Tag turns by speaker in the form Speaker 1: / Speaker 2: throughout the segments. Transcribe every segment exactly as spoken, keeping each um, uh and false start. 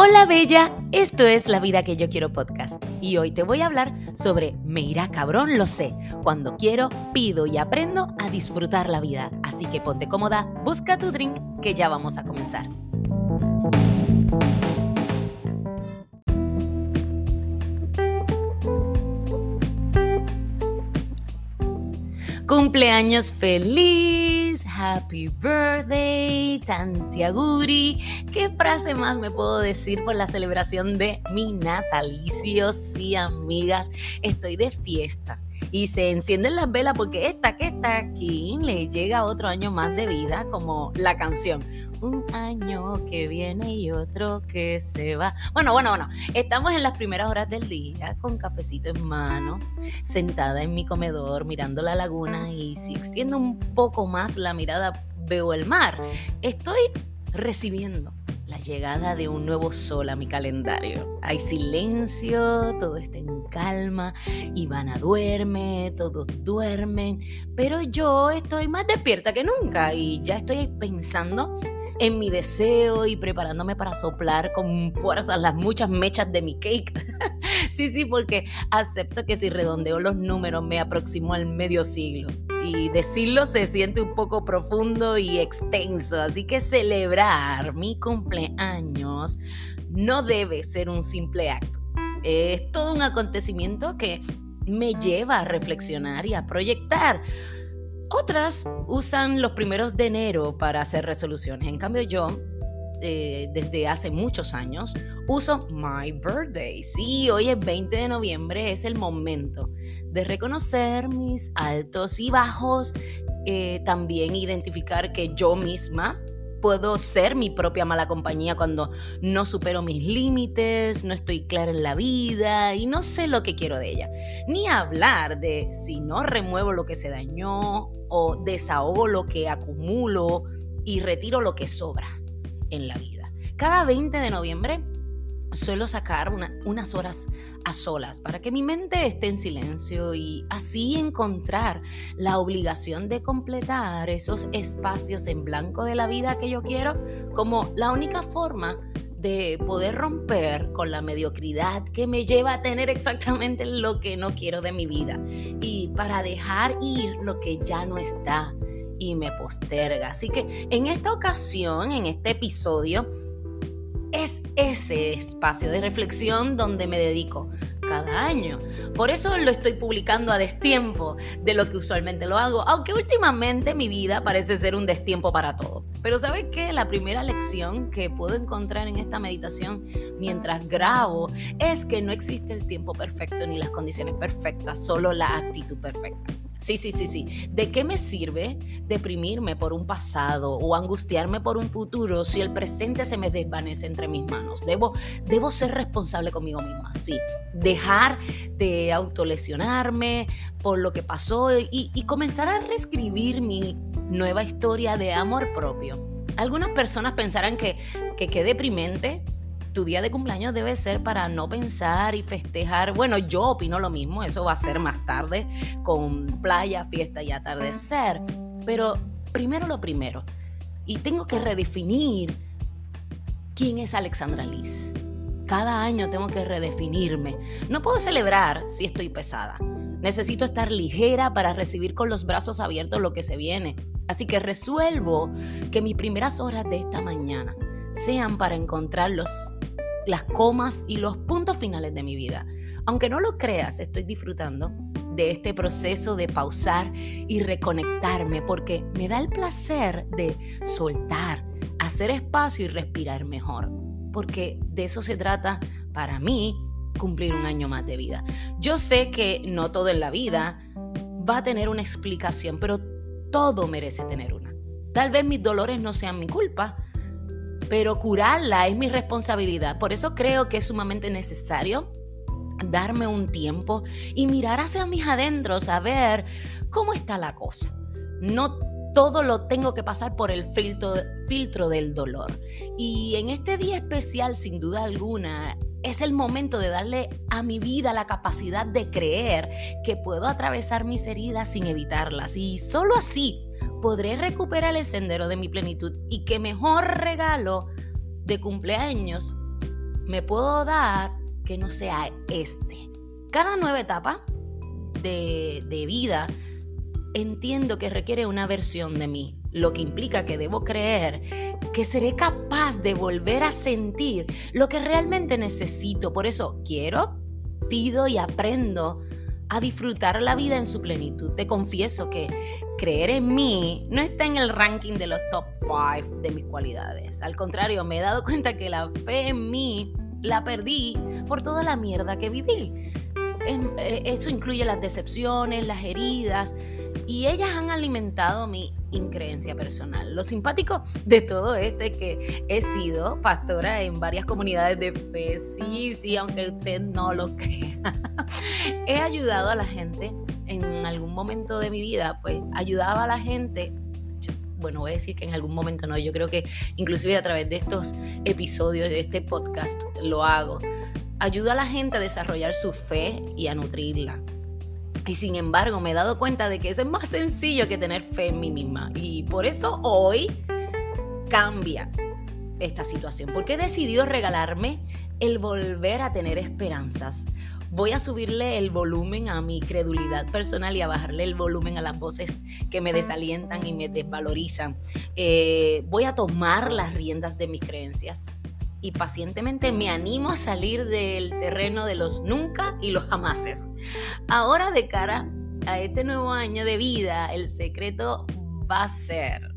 Speaker 1: Hola bella, esto es La Vida que Yo Quiero podcast y hoy te voy a hablar sobre me irá cabrón, lo sé. Cuando quiero, pido y aprendo a disfrutar la vida. Así que ponte cómoda, busca tu drink que ya vamos a comenzar. Cumpleaños feliz, happy birthday, tanti auguri. ¿Qué frase más me puedo decir por la celebración de mi natalicio? Sí, amigas, estoy de fiesta y se encienden las velas porque esta que está aquí le llega otro año más de vida, como la canción. Un año que viene y otro que se va. Bueno, bueno, bueno. Estamos en las primeras horas del día con cafecito en mano, sentada en mi comedor mirando la laguna y si extiendo un poco más la mirada veo el mar. Estoy recibiendo la llegada de un nuevo sol a mi calendario. Hay silencio, todo está en calma, Ivana duerme, todos duermen, pero yo estoy más despierta que nunca y ya estoy pensando en mi deseo y preparándome para soplar con fuerza las muchas mechas de mi cake. sí, sí, porque acepto que si redondeo los números me aproximo al medio siglo. Y decirlo se siente un poco profundo y extenso, así que celebrar mi cumpleaños no debe ser un simple acto. Es todo un acontecimiento que me lleva a reflexionar y a proyectar. Otras usan los primeros de enero para hacer resoluciones. En cambio yo, eh, desde hace muchos años, uso My Birthday. Sí, hoy es veinte de noviembre, es el momento de reconocer mis altos y bajos, eh, también identificar que yo misma puedo ser mi propia mala compañía cuando no supero mis límites, no estoy clara en la vida y no sé lo que quiero de ella. Ni hablar de si no remuevo lo que se dañó o desahogo lo que acumulo y retiro lo que sobra en la vida. Cada veinte de noviembre suelo sacar una, unas horas a solas para que mi mente esté en silencio y así encontrar la obligación de completar esos espacios en blanco de la vida que yo quiero como la única forma de poder romper con la mediocridad que me lleva a tener exactamente lo que no quiero de mi vida y para dejar ir lo que ya no está y me posterga. Así que en esta ocasión, en este episodio, es ese espacio de reflexión donde me dedico cada año. Por eso lo estoy publicando a destiempo de lo que usualmente lo hago, aunque últimamente mi vida parece ser un destiempo para todo. Pero ¿sabes qué? La primera lección que puedo encontrar en esta meditación mientras grabo es que no existe el tiempo perfecto ni las condiciones perfectas, solo la actitud perfecta. Sí, sí, sí, sí. ¿De qué me sirve deprimirme por un pasado o angustiarme por un futuro si el presente se me desvanece entre mis manos? Debo, debo ser responsable conmigo misma, sí. Dejar de autolesionarme por lo que pasó y, y comenzar a reescribir mi nueva historia de amor propio. Algunas personas pensarán que, que qué deprimente. Tu día de cumpleaños debe ser para no pensar y festejar. Bueno, yo opino lo mismo, eso va a ser más tarde con playa, fiesta y atardecer. Pero primero lo primero. Y tengo que redefinir quién es Alexandra Liz. Cada año tengo que redefinirme. No puedo celebrar si estoy pesada. Necesito estar ligera para recibir con los brazos abiertos lo que se viene. Así que resuelvo que mis primeras horas de esta mañana sean para encontrar los, las comas y los puntos finales de mi vida. Aunque no lo creas, estoy disfrutando de este proceso de pausar y reconectarme porque me da el placer de soltar, hacer espacio y respirar mejor. Porque de eso se trata para mí cumplir un año más de vida. Yo sé que no todo en la vida va a tener una explicación, pero todo merece tener una. Tal vez mis dolores no sean mi culpa, pero curarla es mi responsabilidad. Por eso creo que es sumamente necesario darme un tiempo y mirar hacia mis adentros a ver cómo está la cosa. No todo lo tengo que pasar por el filtro, filtro del dolor. Y en este día especial, sin duda alguna, es el momento de darle a mi vida la capacidad de creer que puedo atravesar mis heridas sin evitarlas. Y solo así podré recuperar el sendero de mi plenitud. Y qué mejor regalo de cumpleaños me puedo dar que no sea este. Cada nueva etapa de, de vida entiendo que requiere una versión de mí, lo que implica que debo creer que seré capaz de volver a sentir lo que realmente necesito. Por eso quiero, pido y aprendo a disfrutar la vida en su plenitud. Te confieso que creer en mí no está en el ranking de los top cinco de mis cualidades. Al contrario, me he dado cuenta que la fe en mí la perdí por toda la mierda que viví. Eso incluye las decepciones, las heridas, y ellas han alimentado mi increencia personal. Lo simpático de todo esto es que he sido pastora en varias comunidades de fe. Sí, sí, aunque usted no lo crea. He ayudado a la gente en algún momento de mi vida, pues ayudaba a la gente. Yo, bueno, voy a decir que en algún momento no, yo creo que inclusive a través de estos episodios, de este podcast, lo hago. Ayudo a la gente a desarrollar su fe y a nutrirla. Y sin embargo, me he dado cuenta de que eso es más sencillo que tener fe en mí misma. Y por eso hoy cambia esta situación. Porque he decidido regalarme el volver a tener esperanzas. Voy a subirle el volumen a mi credulidad personal y a bajarle el volumen a las voces que me desalientan y me desvalorizan. Eh, voy a tomar las riendas de mis creencias. Y pacientemente me animo a salir del terreno de los nunca y los jamases. Ahora, de cara a este nuevo año de vida, el secreto va a ser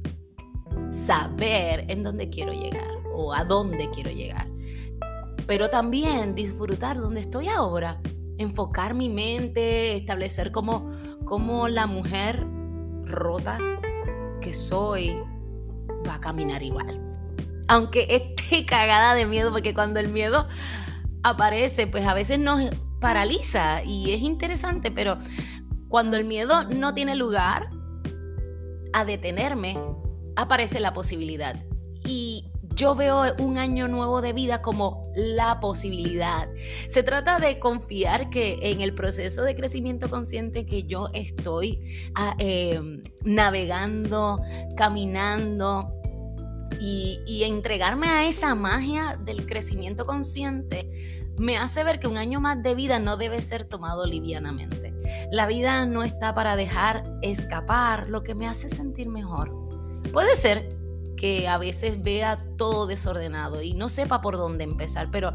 Speaker 1: saber en dónde quiero llegar o a dónde quiero llegar. Pero también disfrutar donde estoy ahora, enfocar mi mente, establecer cómo, cómo la mujer rota que soy va a caminar igual. Aunque esté cagada de miedo, porque cuando el miedo aparece, pues a veces nos paraliza y es interesante, pero cuando el miedo no tiene lugar a detenerme, aparece la posibilidad. Y yo veo un año nuevo de vida como la posibilidad. Se trata de confiar que en el proceso de crecimiento consciente que yo estoy eh, navegando, caminando, Y, y entregarme a esa magia del crecimiento consciente me hace ver que un año más de vida no debe ser tomado livianamente. La vida no está para dejar escapar lo que me hace sentir mejor. Puede ser que a veces vea todo desordenado y no sepa por dónde empezar, pero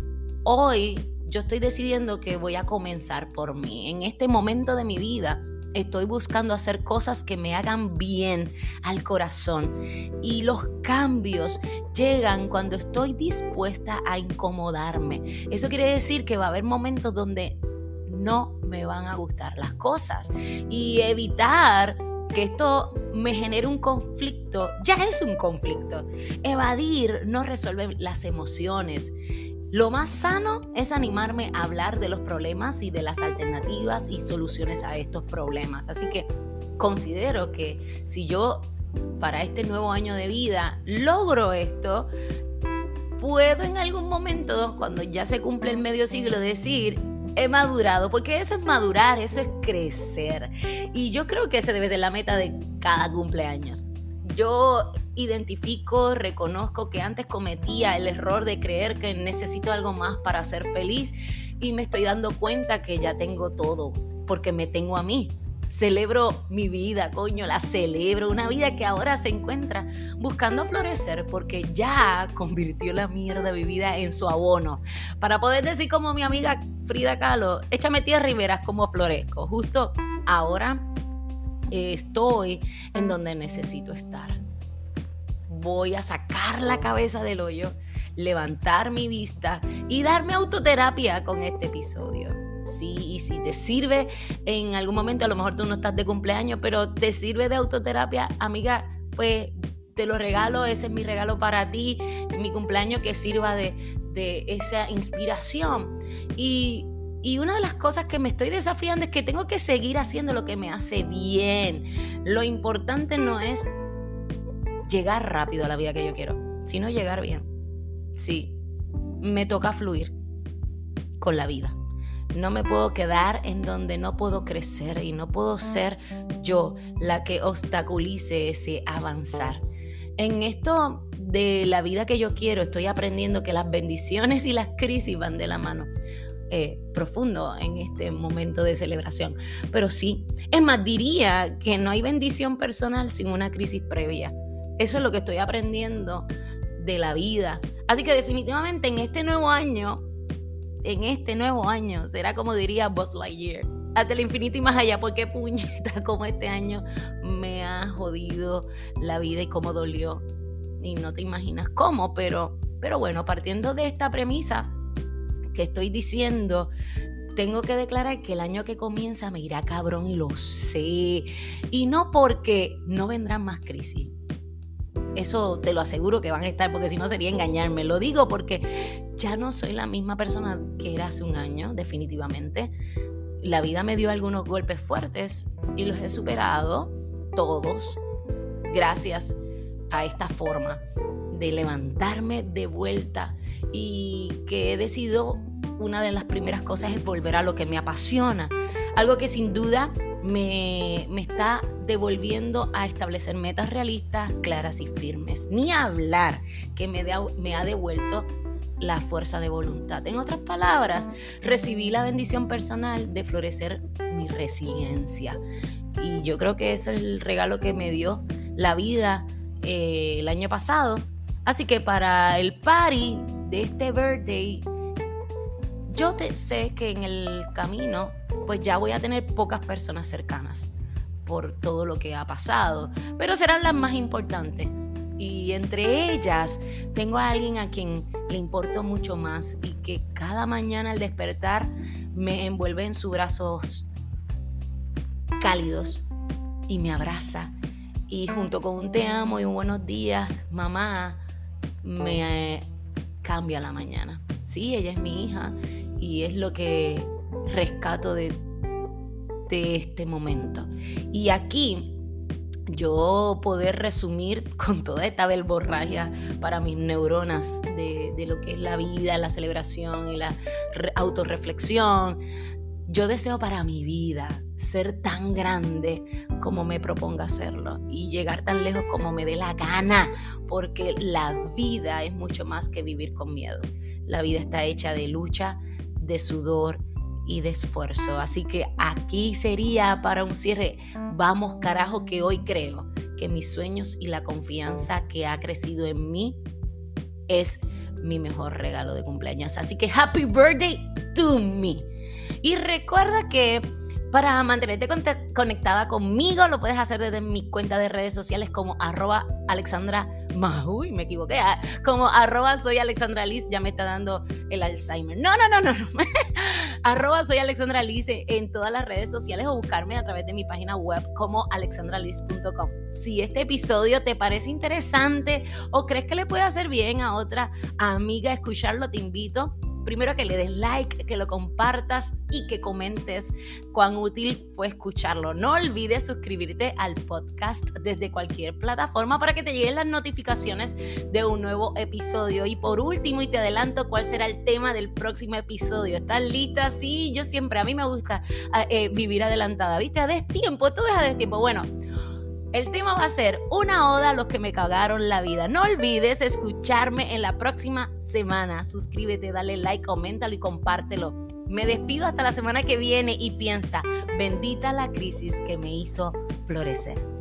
Speaker 1: hoy yo estoy decidiendo que voy a comenzar por mí. En este momento de mi vida estoy buscando hacer cosas que me hagan bien al corazón, y los cambios llegan cuando estoy dispuesta a incomodarme. Eso quiere decir que va a haber momentos donde no me van a gustar las cosas, y evitar que esto me genere un conflicto ya es un conflicto. Evadir no resuelve las emociones. Lo más sano es animarme a hablar de los problemas y de las alternativas y soluciones a estos problemas. Así que considero que si yo para este nuevo año de vida logro esto, puedo en algún momento, cuando ya se cumple el medio siglo, decir: he madurado, porque eso es madurar, eso es crecer. Y yo creo que esa debe ser la meta de cada cumpleaños. Yo identifico, reconozco que antes cometía el error de creer que necesito algo más para ser feliz, y me estoy dando cuenta que ya tengo todo, porque me tengo a mí. Celebro mi vida, coño, la celebro. Una vida que ahora se encuentra buscando florecer, porque ya convirtió la mierda vivida en su abono. Para poder decir como mi amiga Frida Kahlo: échame tierra y verás cómo florezco. Justo ahora estoy en donde necesito estar. Voy a sacar la cabeza del hoyo, levantar mi vista y darme autoterapia con este episodio. Sí, y si te sirve en algún momento, a lo mejor tú no estás de cumpleaños, pero te sirve de autoterapia, amiga, pues te lo regalo. Ese es mi regalo para ti, mi cumpleaños, que sirva de, de esa inspiración. Y Y una de las cosas que me estoy desafiando es que tengo que seguir haciendo lo que me hace bien. Lo importante no es llegar rápido a la vida que yo quiero, sino llegar bien. Sí, me toca fluir con la vida. No me puedo quedar en donde no puedo crecer, y no puedo ser yo la que obstaculice ese avanzar. En esto de la vida que yo quiero, estoy aprendiendo que las bendiciones y las crisis van de la mano. Eh, profundo en este momento de celebración. Pero sí, es más, diría que no hay bendición personal sin una crisis previa. Eso es lo que estoy aprendiendo de la vida. Así que definitivamente en este nuevo año, en este nuevo año, será como diría Buzz Lightyear, hasta el infinito y más allá, porque puñeta, como este año me ha jodido la vida y cómo dolió. Y no te imaginas cómo, pero, pero bueno, partiendo de esta premisa que estoy diciendo, tengo que declarar que el año que comienza me irá cabrón y lo sé. Y no porque no vendrán más crisis. Eso te lo aseguro que van a estar, porque si no sería engañarme. Lo digo porque ya no soy la misma persona que era hace un año, definitivamente. La vida me dio algunos golpes fuertes y los he superado todos gracias a esta forma de levantarme de vuelta, y que he decidido, una de las primeras cosas es volver a lo que me apasiona, algo que sin duda me, me está devolviendo a establecer metas realistas, claras y firmes. Ni hablar que me, de, me ha devuelto la fuerza de voluntad. En otras palabras, recibí la bendición personal de florecer mi resiliencia, y yo creo que ese es el regalo que me dio la vida eh, el año pasado. Así que para el party de este birthday, yo te, sé que en el camino pues ya voy a tener pocas personas cercanas por todo lo que ha pasado, pero serán las más importantes, y entre ellas tengo a alguien a quien le importo mucho más y que cada mañana al despertar me envuelve en sus brazos cálidos y me abraza, y junto con un te amo y un buenos días, mamá, me eh, cambia la mañana. Sí, ella es mi hija y es lo que rescato de, de este momento. Y aquí yo poder resumir con toda esta verborragia para mis neuronas de, de lo que es la vida, la celebración y la re- autorreflexión. Yo deseo para mi vida ser tan grande como me proponga hacerlo y llegar tan lejos como me dé la gana, porque la vida es mucho más que vivir con miedo. La vida está hecha de lucha, de sudor y de esfuerzo. Así que aquí sería para un cierre, vamos carajo, que hoy creo que mis sueños y la confianza que ha crecido en mí es mi mejor regalo de cumpleaños. Así que happy birthday to me. Y recuerda que para mantenerte conectada conmigo lo puedes hacer desde mi cuenta de redes sociales como arroba Alexandra Uy, me equivoqué. Como arroba soy Alexandra Liz. Ya me está dando el Alzheimer. No, no, no, no. no. arroba soy Alexandra Liz en todas las redes sociales, o buscarme a través de mi página web como alexandra liz punto com. Si este episodio te parece interesante o crees que le puede hacer bien a otra amiga escucharlo, te invito primero que le des like, que lo compartas y que comentes cuán útil fue escucharlo. No olvides suscribirte al podcast desde cualquier plataforma para que te lleguen las notificaciones de un nuevo episodio. Y por último, y te adelanto cuál será el tema del próximo episodio. ¿Estás lista? Sí, yo siempre, a mí me gusta eh, vivir adelantada. ¿Viste? A destiempo, todo es a destiempo. Bueno, el tema va a ser una oda a los que me cagaron la vida. No olvides escucharme en la próxima semana. Suscríbete, dale like, coméntalo y compártelo. Me despido hasta la semana que viene y piensa, bendita la crisis que me hizo florecer.